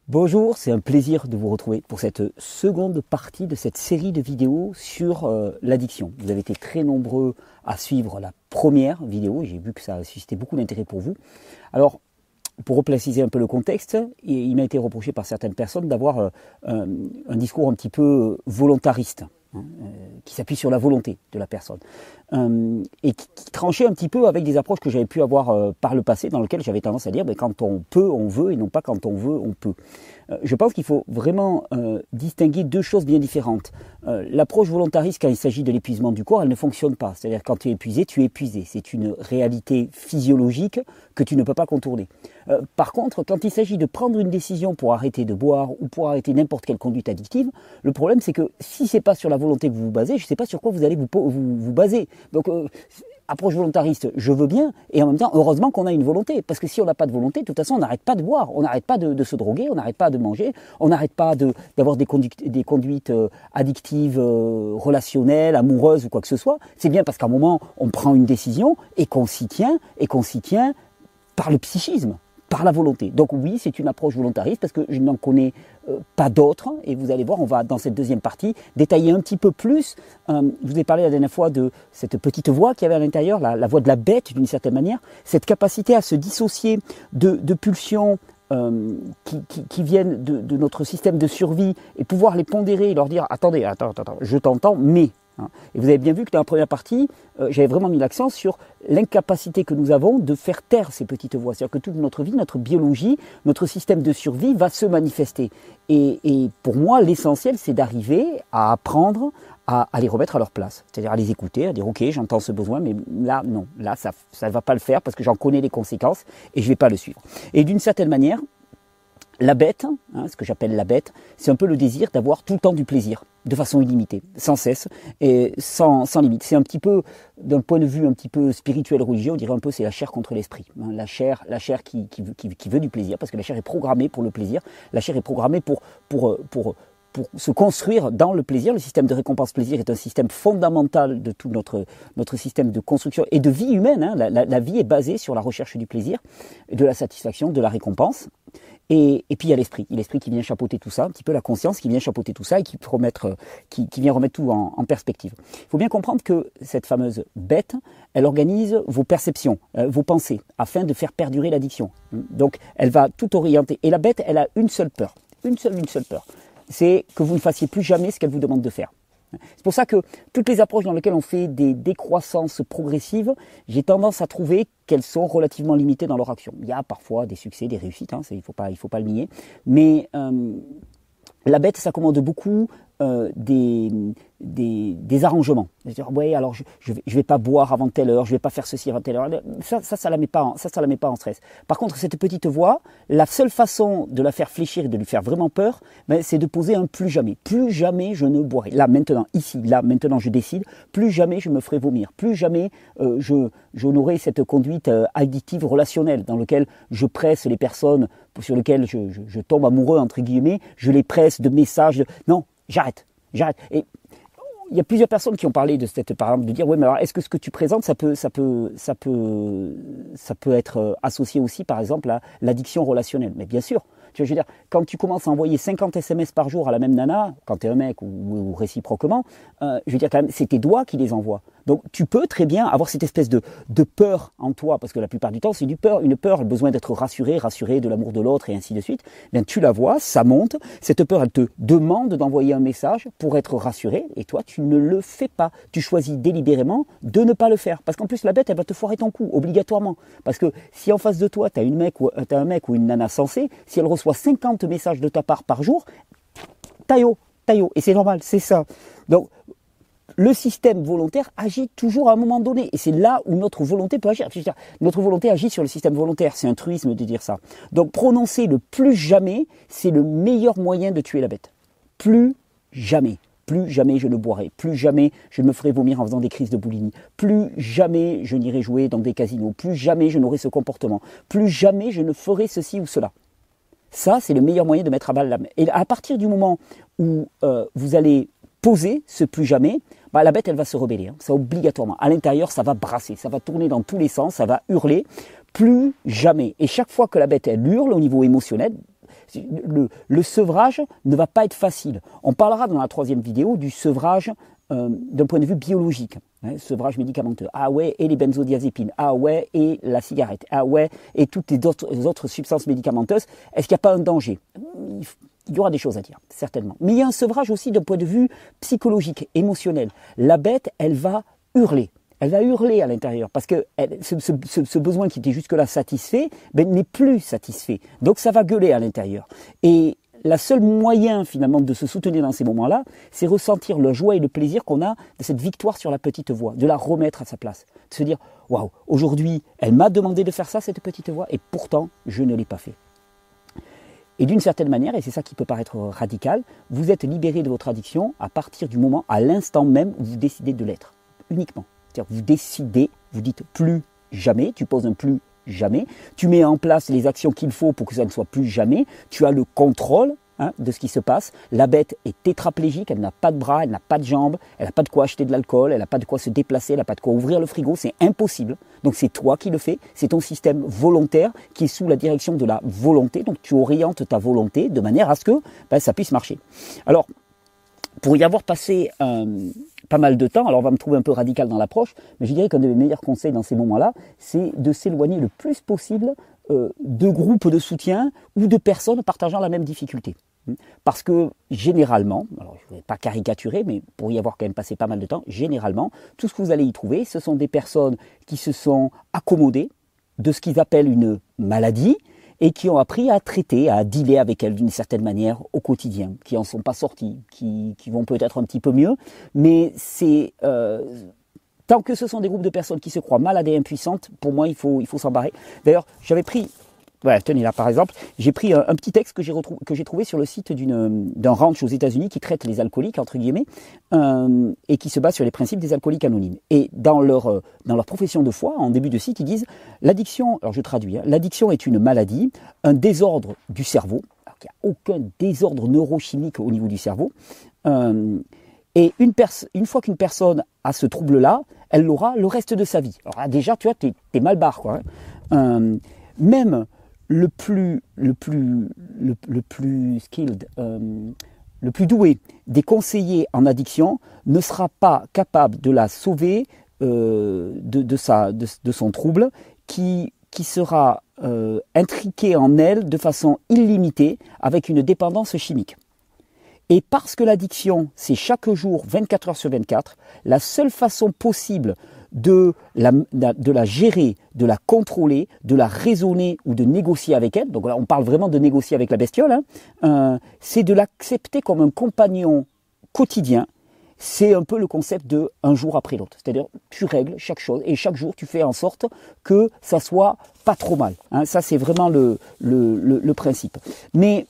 Bonjour, c'est un plaisir de vous retrouver pour cette seconde partie de cette série de vidéos sur l'addiction. Vous avez été très nombreux à suivre la première vidéo et j'ai vu que ça a suscité beaucoup d'intérêt pour vous. Alors, pour repréciser un peu le contexte, il m'a été reproché par certaines personnes d'avoir un discours un petit peu volontariste, qui s'appuie sur la volonté de la personne, et qui tranchait un petit peu avec des approches que j'avais pu avoir par le passé, dans lesquelles j'avais tendance à dire quand on peut, on veut, et non pas quand on veut, on peut. Je pense qu'il faut vraiment distinguer deux choses bien différentes. L'approche volontariste, quand il s'agit de l'épuisement du corps, elle ne fonctionne pas. C'est-à-dire quand tu es épuisé, tu es épuisé. C'est une réalité physiologique que tu ne peux pas contourner. Par contre, quand il s'agit de prendre une décision pour arrêter de boire ou pour arrêter n'importe quelle conduite addictive, le problème c'est que si c'est pas sur la volonté que vous vous basez, je ne sais pas sur quoi vous allez vous baser. Donc approche volontariste, je veux bien, et en même temps, heureusement qu'on a une volonté, parce que si on n'a pas de volonté, de toute façon, on n'arrête pas de boire, on n'arrête pas de se droguer, on n'arrête pas de manger, on n'arrête pas d'avoir des conduites addictives, relationnelles, amoureuses ou quoi que ce soit. C'est bien parce qu'à un moment, on prend une décision et qu'on s'y tient par le psychisme, par la volonté. Donc oui, c'est une approche volontariste parce que je n'en connais pas d'autres. Et vous allez voir, on va dans cette deuxième partie détailler un petit peu plus. Je vous ai parlé la dernière fois de cette petite voix qu'il y avait à l'intérieur, la voix de la bête d'une certaine manière. Cette capacité à se dissocier de pulsions qui viennent de notre système de survie et pouvoir les pondérer et leur dire « Attendez, attends, je t'entends, mais… » Et vous avez bien vu que dans la première partie, j'avais vraiment mis l'accent sur l'incapacité que nous avons de faire taire ces petites voix. C'est-à-dire que toute notre vie, notre biologie, notre système de survie va se manifester. Et pour moi, l'essentiel, c'est d'arriver à apprendre à les remettre à leur place. C'est-à-dire à les écouter, à dire « Ok, j'entends ce besoin, mais là, non. Là, ça ne va pas le faire parce que j'en connais les conséquences et je ne vais pas le suivre. » Et d'une certaine manière, la bête, ce que j'appelle la bête, c'est un peu le désir d'avoir tout le temps du plaisir, de façon illimitée, sans cesse et sans limite. C'est un petit peu, d'un point de vue un petit peu spirituel, religieux, on dirait un peu c'est la chair contre l'esprit. La chair qui veut du plaisir, parce que la chair est programmée pour le plaisir, la chair est programmée pour se construire dans le plaisir. Le système de récompense-plaisir est un système fondamental de tout notre système de construction et de vie humaine. La vie est basée sur la recherche du plaisir, de la satisfaction, de la récompense. Et puis il y a l'esprit qui vient chapeauter tout ça, un petit peu la conscience qui vient chapeauter tout ça et qui vient remettre tout en perspective. Il faut bien comprendre que cette fameuse bête, elle organise vos perceptions, vos pensées, afin de faire perdurer l'addiction. Donc elle va tout orienter. Et la bête, elle a une seule peur, une seule peur, c'est que vous ne fassiez plus jamais ce qu'elle vous demande de faire. C'est pour ça que toutes les approches dans lesquelles on fait des décroissances progressives, j'ai tendance à trouver qu'elles sont relativement limitées dans leur action. Il y a parfois des succès, des réussites, il ne faut pas le nier, mais la bête s'accommode beaucoup des arrangements. C'est-à-dire, ouais, alors je vais pas boire avant telle heure, je vais pas faire ceci avant telle heure. Ça la met pas en stress. Par contre, cette petite voix, la seule façon de la faire fléchir et de lui faire vraiment peur, c'est de poser un plus jamais. Plus jamais je ne boirai. Là, maintenant, je décide, plus jamais je me ferai vomir. Plus jamais je n'aurai cette conduite addictive relationnelle dans laquelle je presse les personnes sur lesquelles je tombe amoureux, entre guillemets, je les presse de messages. Non, j'arrête. Et il y a plusieurs personnes qui ont parlé de cette, par exemple, de dire, ouais, mais alors est-ce que ce que tu présentes, ça peut être associé aussi, par exemple, à l'addiction relationnelle. Mais bien sûr. Je veux dire, quand tu commences à envoyer 50 SMS par jour à la même nana, quand tu es un mec ou réciproquement, je veux dire quand même, c'est tes doigts qui les envoient. Donc tu peux très bien avoir cette espèce de peur en toi, parce que la plupart du temps c'est une peur, le besoin d'être rassuré de l'amour de l'autre et ainsi de suite. Bien, tu la vois, ça monte, cette peur elle te demande d'envoyer un message pour être rassuré, et toi tu ne le fais pas. Tu choisis délibérément de ne pas le faire, parce qu'en plus la bête elle va te foirer ton coup, obligatoirement. Parce que si en face de toi tu as un mec ou une nana sensée, si elle reçoit 50 messages de ta part par jour, taillot, et c'est normal, c'est ça. Donc, le système volontaire agit toujours à un moment donné, et c'est là où notre volonté peut agir. Notre volonté agit sur le système volontaire, c'est un truisme de dire ça. Donc, prononcer le plus jamais, c'est le meilleur moyen de tuer la bête. Plus jamais je ne boirai, plus jamais je ne me ferai vomir en faisant des crises de boulimie, plus jamais je n'irai jouer dans des casinos, plus jamais je n'aurai ce comportement, plus jamais je ne ferai ceci ou cela. Ça, c'est le meilleur moyen de mettre à balle l'âme. Et à partir du moment où vous allez poser ce plus jamais, la bête, elle va se rebeller. Ça, obligatoirement. À l'intérieur, ça va brasser, ça va tourner dans tous les sens, ça va hurler. Plus jamais. Et chaque fois que la bête, elle hurle au niveau émotionnel, le sevrage ne va pas être facile. On parlera dans la troisième vidéo du sevrage d'un point de vue biologique, hein, sevrage médicamenteux. Ah ouais, et les benzodiazépines. Ah ouais, et la cigarette. Ah ouais, et toutes les autres substances médicamenteuses. Est-ce qu'il n'y a pas un danger? Il y aura des choses à dire, certainement. Mais il y a un sevrage aussi d'un point de vue psychologique, émotionnel. La bête, elle va hurler. Elle va hurler à l'intérieur parce que ce besoin qui était jusque-là satisfait n'est plus satisfait. Donc ça va gueuler à l'intérieur. Et la seule moyen finalement de se soutenir dans ces moments-là, c'est ressentir le joie et le plaisir qu'on a de cette victoire sur la petite voix, de la remettre à sa place. De se dire, waouh, aujourd'hui, elle m'a demandé de faire ça, cette petite voix, et pourtant, je ne l'ai pas fait. Et d'une certaine manière, et c'est ça qui peut paraître radical, vous êtes libéré de votre addiction à partir du moment, à l'instant même où vous décidez de l'être, uniquement. C'est-à-dire vous décidez, vous dites plus jamais, tu poses un plus jamais, tu mets en place les actions qu'il faut pour que ça ne soit plus jamais, tu as le contrôle de ce qui se passe. La bête est tétraplégique, elle n'a pas de bras, elle n'a pas de jambes, elle n'a pas de quoi acheter de l'alcool, elle n'a pas de quoi se déplacer, elle n'a pas de quoi ouvrir le frigo, c'est impossible. Donc c'est toi qui le fais, c'est ton système volontaire qui est sous la direction de la volonté, donc tu orientes ta volonté de manière à ce que ça puisse marcher. Alors, pour y avoir passé pas mal de temps, alors on va me trouver un peu radical dans l'approche, mais je dirais qu'un de mes meilleurs conseils dans ces moments-là, c'est de s'éloigner le plus possible de groupes de soutien ou de personnes partageant la même difficulté. Parce que généralement, alors je ne vais pas caricaturer, mais pour y avoir quand même passé pas mal de temps, généralement, tout ce que vous allez y trouver, ce sont des personnes qui se sont accommodées de ce qu'ils appellent une maladie, et qui ont appris à traiter, à dealer avec elle d'une certaine manière au quotidien, qui en sont pas sortis, qui vont peut-être un petit peu mieux, mais c'est tant que ce sont des groupes de personnes qui se croient malades et impuissantes, pour moi il faut s'en barrer. D'ailleurs, j'avais pris, voilà, tenez là par exemple, j'ai pris un petit texte que j'ai trouvé sur le site d'un ranch aux États-Unis qui traite les alcooliques entre guillemets et qui se base sur les principes des alcooliques anonymes. Et dans leur profession de foi, en début de site, ils disent l'addiction. Alors je traduis, l'addiction est une maladie, un désordre du cerveau. Alors qu'il n'y a aucun désordre neurochimique au niveau du cerveau. Et une fois qu'une personne a ce trouble-là, elle l'aura le reste de sa vie. Alors déjà, tu vois, t'es mal barre, quoi. Même le plus skilled, le plus doué des conseillers en addiction ne sera pas capable de la sauver de son trouble qui sera intriqué en elle de façon illimitée avec une dépendance chimique. Et parce que l'addiction, c'est chaque jour, 24 heures sur 24, la seule façon possible de la gérer, de la contrôler, de la raisonner ou de négocier avec elle, donc là on parle vraiment de négocier avec la bestiole, c'est de l'accepter comme un compagnon quotidien. C'est un peu le concept de un jour après l'autre. C'est-à-dire, tu règles chaque chose et chaque jour, tu fais en sorte que ça soit pas trop mal. Ça, c'est vraiment le principe. Mais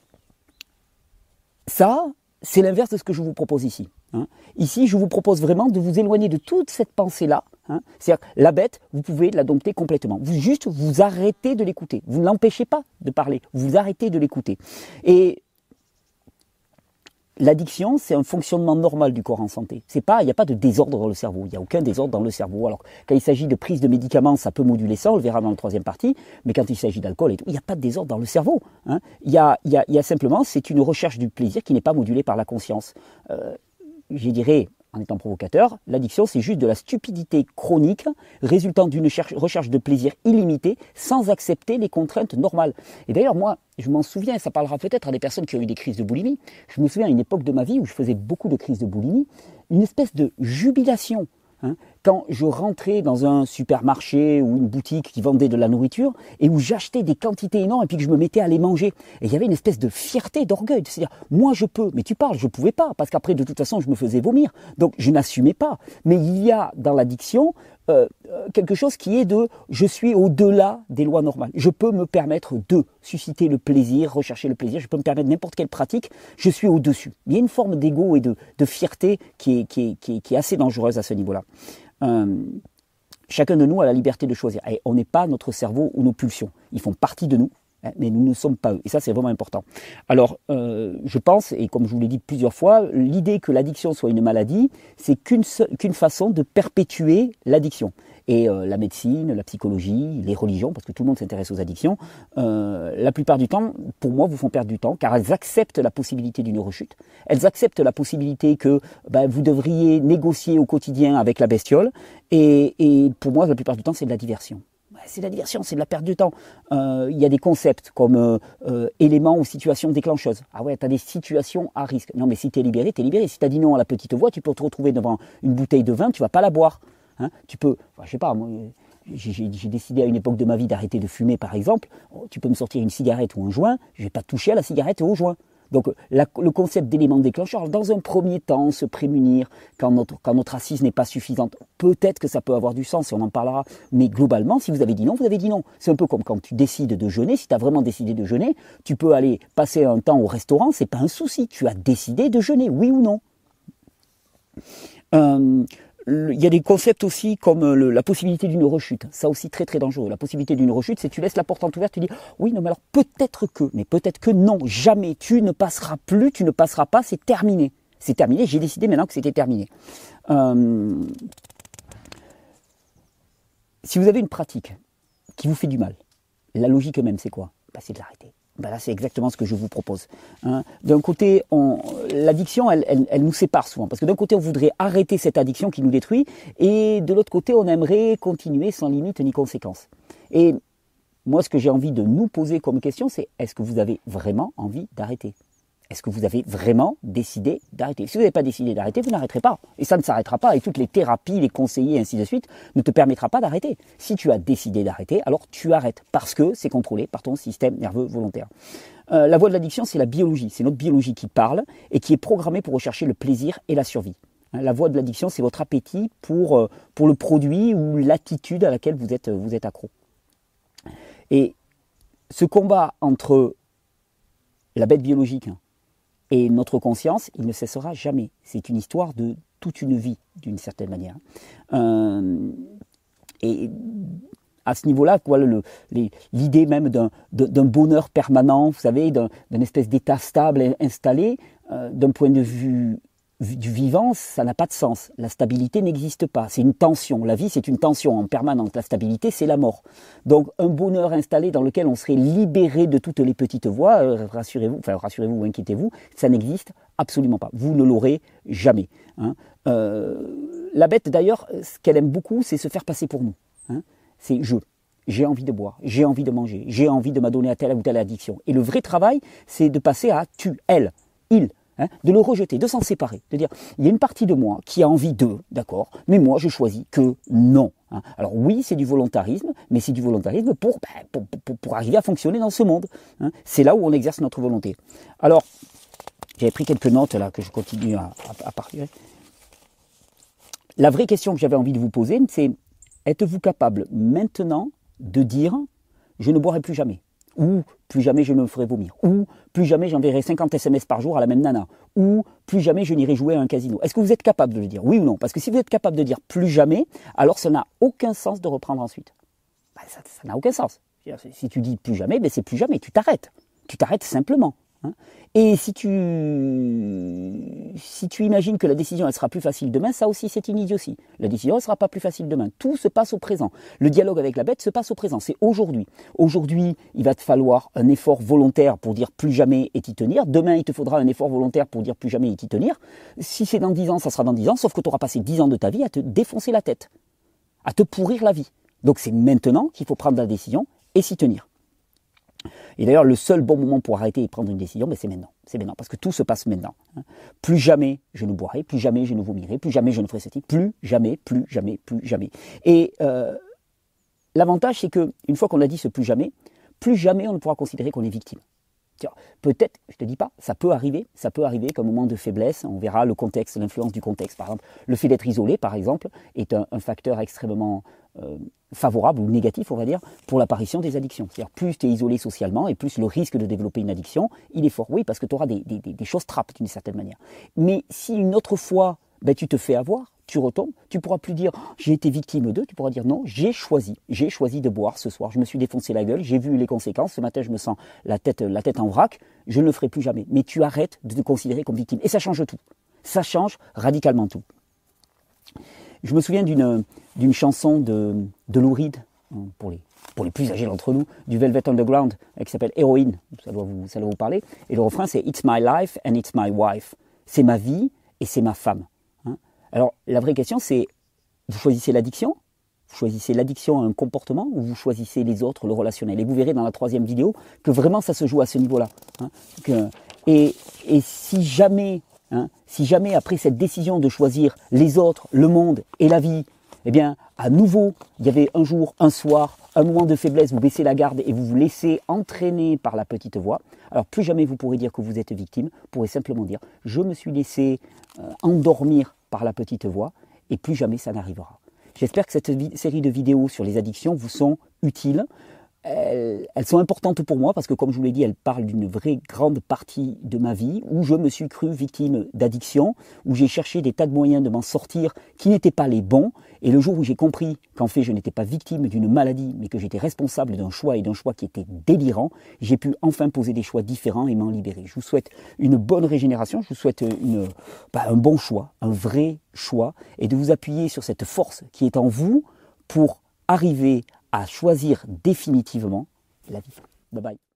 ça, c'est l'inverse de ce que je vous propose ici. Ici, je vous propose vraiment de vous éloigner de toute cette pensée-là. C'est-à-dire, la bête, vous pouvez la dompter complètement. Vous arrêtez de l'écouter. Vous ne l'empêchez pas de parler. Vous arrêtez de l'écouter. Et l'addiction, c'est un fonctionnement normal du corps en santé. Il n'y a pas de désordre dans le cerveau. Il n'y a aucun désordre dans le cerveau. Alors, quand il s'agit de prise de médicaments, ça peut moduler ça, on le verra dans la troisième partie. Mais quand il s'agit d'alcool et tout, il n'y a pas de désordre dans le cerveau. Il y a simplement, c'est une recherche du plaisir qui n'est pas modulée par la conscience. Je dirais, en étant provocateur, l'addiction, c'est juste de la stupidité chronique résultant d'une recherche de plaisir illimité sans accepter les contraintes normales. Et d'ailleurs, moi, je m'en souviens, ça parlera peut-être à des personnes qui ont eu des crises de boulimie, je me souviens à une époque de ma vie où je faisais beaucoup de crises de boulimie, une espèce de jubilation. Quand je rentrais dans un supermarché ou une boutique qui vendait de la nourriture et où j'achetais des quantités énormes et puis que je me mettais à les manger. Et il y avait une espèce de fierté, d'orgueil, de se dire, moi je peux, mais tu parles, je ne pouvais pas, parce qu'après de toute façon je me faisais vomir. Donc je n'assumais pas. Mais il y a dans l'addiction quelque chose qui est de, je suis au-delà des lois normales. Je peux me permettre de susciter le plaisir, rechercher le plaisir, je peux me permettre n'importe quelle pratique, je suis au-dessus. Il y a une forme d'ego et de fierté qui est assez dangereuse à ce niveau-là. Chacun de nous a la liberté de choisir. Et on n'est pas notre cerveau ou nos pulsions. Ils font partie de nous. Mais nous ne sommes pas eux. Et ça, c'est vraiment important. Alors, je pense, et comme je vous l'ai dit plusieurs fois, l'idée que l'addiction soit une maladie, c'est qu'une façon de perpétuer l'addiction. Et la médecine, la psychologie, les religions, parce que tout le monde s'intéresse aux addictions, la plupart du temps, pour moi, vous font perdre du temps, car elles acceptent la possibilité d'une rechute. Elles acceptent la possibilité que vous devriez négocier au quotidien avec la bestiole. Et pour moi, la plupart du temps, c'est de la diversion. C'est de la diversion, c'est de la perte de temps. Il y a des concepts comme éléments ou situations déclencheuses. Ah ouais, tu as des situations à risque. Non, mais si tu es libéré, tu es libéré. Si tu as dit non à la petite voix, tu peux te retrouver devant une bouteille de vin, tu vas pas la boire. Hein, tu peux, je sais pas, moi, j'ai décidé à une époque de ma vie d'arrêter de fumer, par exemple. Tu peux me sortir une cigarette ou un joint, je vais pas toucher à la cigarette et au joint. Donc le concept d'élément déclencheur, dans un premier temps, se prémunir quand notre assise n'est pas suffisante, peut-être que ça peut avoir du sens et on en parlera, mais globalement, si vous avez dit non, vous avez dit non. C'est un peu comme quand tu décides de jeûner, si tu as vraiment décidé de jeûner, tu peux aller passer un temps au restaurant, c'est pas un souci, tu as décidé de jeûner, oui ou non. Il y a des concepts aussi comme la possibilité d'une rechute. Ça aussi très très dangereux. La possibilité d'une rechute, c'est que tu laisses la porte entrouverte, tu dis oui, non mais alors peut-être que non, jamais, tu ne passeras plus, tu ne passeras pas, c'est terminé. C'est terminé, j'ai décidé maintenant que c'était terminé. Si vous avez une pratique qui vous fait du mal, la logique même c'est quoi? C'est de l'arrêter. Là, c'est exactement ce que je vous propose. Hein. D'un côté, l'addiction, elle nous sépare souvent. Parce que d'un côté, on voudrait arrêter cette addiction qui nous détruit. Et de l'autre côté, on aimerait continuer sans limite ni conséquence. Et moi, ce que j'ai envie de nous poser comme question, c'est est-ce que vous avez vraiment envie d'arrêter ? Est-ce que vous avez vraiment décidé d'arrêter ? Si vous n'avez pas décidé d'arrêter, vous n'arrêterez pas. Et ça ne s'arrêtera pas. Et toutes les thérapies, les conseillers, et ainsi de suite, ne te permettra pas d'arrêter. Si tu as décidé d'arrêter, alors tu arrêtes. Parce que c'est contrôlé par ton système nerveux volontaire. La voie de l'addiction, c'est la biologie. C'est notre biologie qui parle et qui est programmée pour rechercher le plaisir et la survie. La voie de l'addiction, c'est votre appétit pour le produit ou l'attitude à laquelle vous êtes accro. Et ce combat entre la bête biologique et notre conscience, il ne cessera jamais. C'est une histoire de toute une vie, d'une certaine manière. Et à ce niveau-là, l'idée même d'un bonheur permanent, vous savez, d'un espèce d'état stable installé, d'un point de vue du vivant, ça n'a pas de sens. La stabilité n'existe pas. C'est une tension. La vie, c'est une tension en permanence. La stabilité, c'est la mort. Donc, un bonheur installé dans lequel on serait libéré de toutes les petites voix, rassurez-vous ou inquiétez-vous, ça n'existe absolument pas. Vous ne l'aurez jamais. Hein. La bête, d'ailleurs, ce qu'elle aime beaucoup, c'est se faire passer pour nous. Hein. C'est je. J'ai envie de boire, j'ai envie de manger, j'ai envie de m'adonner à telle ou telle addiction. Et le vrai travail, c'est de passer à tu, elle, il. Hein, de le rejeter, de s'en séparer, de dire il y a une partie de moi qui a envie de, d'accord, mais moi je choisis que non. Hein. Alors oui, c'est du volontarisme, mais c'est du volontarisme pour arriver à fonctionner dans ce monde. Hein. C'est là où on exerce notre volonté. Alors, j'avais pris quelques notes là que je continue à partager. La vraie question que j'avais envie de vous poser, c'est êtes-vous capable maintenant de dire je ne boirai plus jamais ? Ou plus jamais je ne me ferai vomir, ou plus jamais j'enverrai 50 SMS par jour à la même nana, ou plus jamais je n'irai jouer à un casino. Est-ce que vous êtes capable de le dire, oui ou non? Parce que si vous êtes capable de dire plus jamais, alors ça n'a aucun sens de reprendre ensuite. Ça n'a aucun sens. Si tu dis plus jamais, c'est plus jamais, tu t'arrêtes. Tu t'arrêtes simplement. Hein. Et si tu imagines que la décision elle sera plus facile demain, ça aussi c'est une idiotie. La décision ne sera pas plus facile demain. Tout se passe au présent. Le dialogue avec la bête se passe au présent. C'est aujourd'hui. Aujourd'hui, il va te falloir un effort volontaire pour dire plus jamais et t'y tenir. Demain, il te faudra un effort volontaire pour dire plus jamais et t'y tenir. Si c'est dans 10 ans, ça sera dans 10 ans, sauf que tu auras passé 10 ans de ta vie à te défoncer la tête, à te pourrir la vie. Donc c'est maintenant qu'il faut prendre la décision et s'y tenir. Et d'ailleurs, le seul bon moment pour arrêter et prendre une décision, c'est maintenant. C'est maintenant, parce que tout se passe maintenant. Plus jamais je ne boirai, plus jamais je ne vomirai, plus jamais je ne ferai ceci, plus jamais, plus jamais, plus jamais. Et l'avantage, c'est qu'une fois qu'on a dit ce plus jamais on ne pourra considérer qu'on est victime. Peut-être, je ne te dis pas, ça peut arriver qu'à un moment de faiblesse, on verra le contexte, l'influence du contexte. Par exemple, le fait d'être isolé, par exemple, est un facteur extrêmement favorable ou négatif, on va dire, pour l'apparition des addictions. C'est-à-dire, plus tu es isolé socialement et plus le risque de développer une addiction, il est fort. Oui, parce que tu auras des choses trappes d'une certaine manière. Mais si une autre fois, tu te fais avoir tu retombes, tu pourras plus dire j'ai été victime de, tu pourras dire non, j'ai choisi de boire ce soir, je me suis défoncé la gueule, j'ai vu les conséquences, ce matin je me sens la tête en vrac, je ne le ferai plus jamais. Mais tu arrêtes de te considérer comme victime et ça change tout, ça change radicalement tout. Je me souviens d'une chanson de Lou Reed, pour les plus âgés d'entre nous, du Velvet Underground, qui s'appelle Héroïne, ça doit vous parler, et le refrain c'est It's my life and it's my wife, c'est ma vie et c'est ma femme. Alors, la vraie question, c'est, vous choisissez l'addiction? Vous choisissez l'addiction à un comportement ou vous choisissez les autres, le relationnel? Et vous verrez dans la 3e vidéo que vraiment ça se joue à ce niveau-là. Et si jamais après cette décision de choisir les autres, le monde et la vie, eh bien, à nouveau, il y avait un jour, un soir, un moment de faiblesse, vous baissez la garde et vous vous laissez entraîner par la petite voix, alors plus jamais vous pourrez dire que vous êtes victime, vous pourrez simplement dire « je me suis laissé endormir par la petite voix » et plus jamais ça n'arrivera. J'espère que cette série de vidéos sur les addictions vous sont utiles. Elles sont importantes pour moi parce que, comme je vous l'ai dit, elles parlent d'une vraie grande partie de ma vie où je me suis cru victime d'addiction, où j'ai cherché des tas de moyens de m'en sortir qui n'étaient pas les bons. Et le jour où j'ai compris qu'en fait je n'étais pas victime d'une maladie, mais que j'étais responsable d'un choix et d'un choix qui était délirant, j'ai pu enfin poser des choix différents et m'en libérer. Je vous souhaite une bonne régénération, je vous souhaite un bon choix, un vrai choix, et de vous appuyer sur cette force qui est en vous pour arriver à choisir définitivement la vie. Bye bye.